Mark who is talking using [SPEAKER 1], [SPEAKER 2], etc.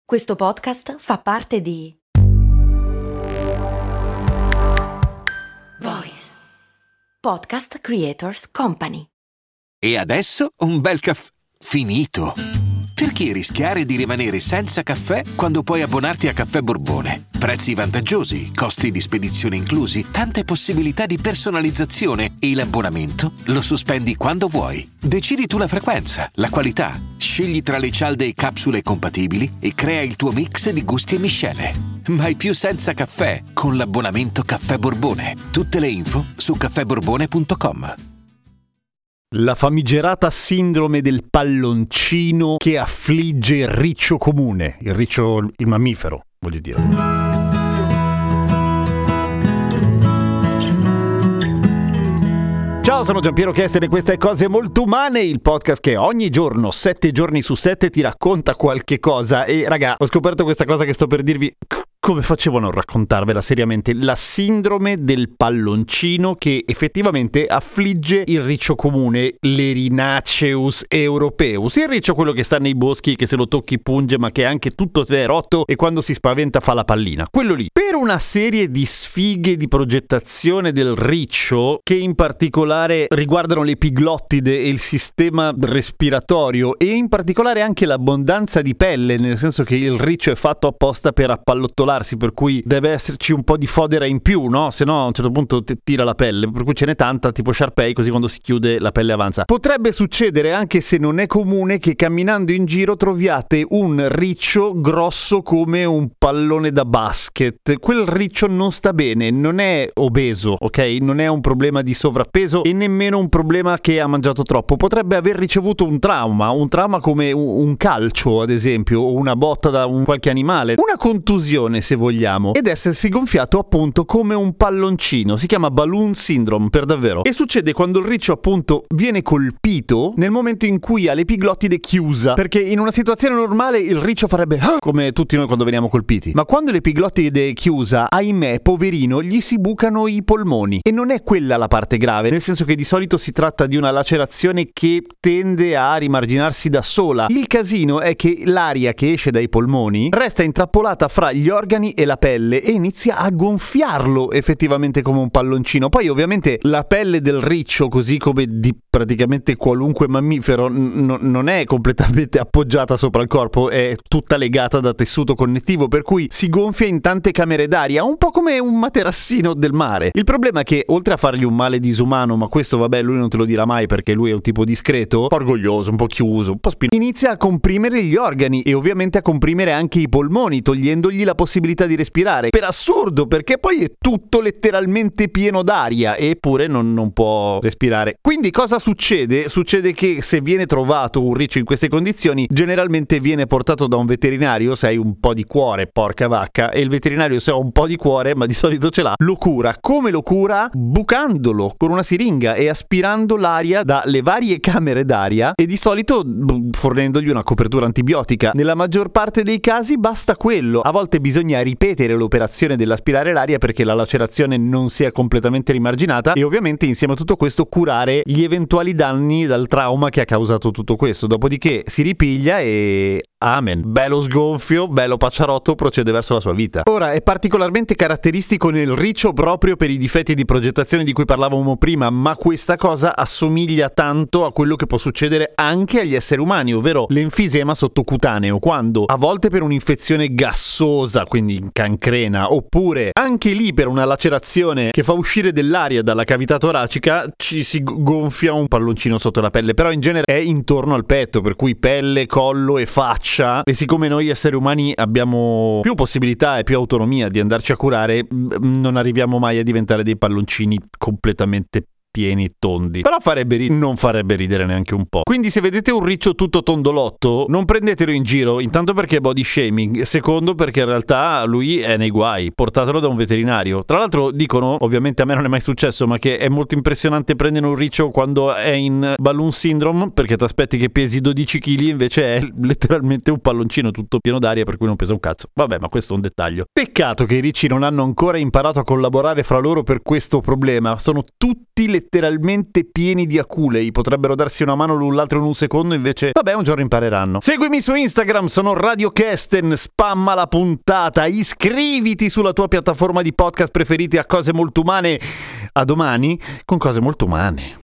[SPEAKER 1] Questo podcast fa parte di Voice Podcast Creators Company.
[SPEAKER 2] E adesso un bel caffè finito. Perché rischiare di rimanere senza caffè quando puoi abbonarti a Caffè Borbone? Prezzi vantaggiosi, costi di spedizione inclusi, tante possibilità di personalizzazione e l'abbonamento lo sospendi quando vuoi. Decidi tu la frequenza, la qualità, scegli tra le cialde e capsule compatibili e crea il tuo mix di gusti e miscele. Mai più senza caffè con l'abbonamento Caffè Borbone. Tutte le info su caffèborbone.com.
[SPEAKER 3] La famigerata sindrome del palloncino che affligge il riccio comune, il mammifero, voglio dire. Ciao, sono Giampiero Kesten e questa è Cose Molto Umane, il podcast che ogni giorno, 7 giorni su 7, ti racconta qualche cosa. E raga, ho scoperto questa cosa che sto per dirvi. Come facevo a non raccontarvela seriamente? La sindrome del palloncino che effettivamente affligge il riccio comune, l'Erinaceus europeus. Il riccio, quello che sta nei boschi, che se lo tocchi punge, ma che è anche tutto rotto e quando si spaventa fa la pallina. Quello lì. Per una serie di sfighe di progettazione del riccio, che in particolare riguardano l'epiglottide e il sistema respiratorio, e in particolare anche l'abbondanza di pelle, nel senso che il riccio è fatto apposta per appallottolarsi, per cui deve esserci un po' di fodera in più, no? Se no a un certo punto tira la pelle, per cui ce n'è tanta, tipo Sharpei, così quando si chiude la pelle avanza. Potrebbe succedere, anche se non è comune, che camminando in giro troviate un riccio grosso come un pallone da basket. Quel riccio non sta bene, non è obeso, ok? Non è un problema di sovrappeso e nemmeno un problema che ha mangiato troppo. Potrebbe aver ricevuto un trauma come un calcio, ad esempio, o una botta da qualche animale, una contusione se vogliamo, ed essersi gonfiato appunto come un palloncino. Si chiama balloon syndrome, per davvero, e succede quando il riccio appunto viene colpito nel momento in cui ha l'epiglottide chiusa, perché in una situazione normale il riccio farebbe come tutti noi quando veniamo colpiti, ma quando l'epiglottide è chiusa, ahimè, poverino, gli si bucano i polmoni. E non è quella la parte grave, nel senso che di solito si tratta di una lacerazione che tende a rimarginarsi da sola. Il casino è che l'aria che esce dai polmoni resta intrappolata fra gli organi e la pelle e inizia a gonfiarlo effettivamente come un palloncino. Poi ovviamente la pelle del riccio, così come di praticamente qualunque mammifero, non è completamente appoggiata sopra il corpo, è tutta legata da tessuto connettivo, per cui si gonfia in tante camere d'aria, un po' come un materassino del mare. Il problema è che oltre a fargli un male disumano, ma questo vabbè lui non te lo dirà mai perché lui è un tipo discreto, un po' orgoglioso, un po' chiuso, un po' inizia a comprimere gli organi e ovviamente a comprimere anche i polmoni, togliendogli la possibilità di respirare. Per assurdo, perché poi è tutto letteralmente pieno d'aria, eppure non può respirare. Quindi cosa succede? Succede che se viene trovato un riccio in queste condizioni, generalmente viene portato da un veterinario, se hai un po' di cuore, porca vacca, e il veterinario, se ha un po' di cuore, ma di solito ce l'ha, lo cura. Come lo cura? Bucandolo con una siringa e aspirando l'aria dalle varie camere d'aria, e di solito fornendogli una copertura antibiotica. Nella maggior parte dei casi basta quello. A volte bisogna ripetere l'operazione dell'aspirare l'aria perché la lacerazione non sia completamente rimarginata, e ovviamente insieme a tutto questo curare gli eventuali danni dal trauma che ha causato tutto questo. Dopodiché si ripiglia e amen, bello sgonfio, bello pacciarotto, procede verso la sua vita. Ora, è particolarmente caratteristico nel riccio proprio per i difetti di progettazione di cui parlavamo prima, ma questa cosa assomiglia tanto a quello che può succedere anche agli esseri umani, ovvero l'enfisema sottocutaneo, quando a volte per un'infezione gassosa, quindi cancrena, oppure anche lì per una lacerazione che fa uscire dell'aria dalla cavità toracica, ci si gonfia un palloncino sotto la pelle, però in genere è intorno al petto, per cui pelle, collo e faccia. E siccome noi esseri umani abbiamo più possibilità e più autonomia di andarci a curare, non arriviamo mai a diventare dei palloncini completamente pieni, tondi. Però non farebbe ridere neanche un po'. Quindi se vedete un riccio tutto tondolotto, non prendetelo in giro, intanto perché è body shaming, secondo perché in realtà lui è nei guai, portatelo da un veterinario. Tra l'altro dicono, ovviamente a me non è mai successo, ma che è molto impressionante prendere un riccio quando è in balloon syndrome, perché ti aspetti che pesi 12 kg, invece è letteralmente un palloncino tutto pieno d'aria, per cui non pesa un cazzo. Vabbè, ma questo è un dettaglio. Peccato che i ricci non hanno ancora imparato a collaborare fra loro per questo problema. Sono tutti letteralmente pieni di aculei, potrebbero darsi una mano l'un l'altro in un secondo, invece vabbè, un giorno impareranno. Seguimi su Instagram, sono Radio Kesten, spamma la puntata, iscriviti sulla tua piattaforma di podcast preferiti a Cose Molto Umane. A domani con Cose Molto Umane.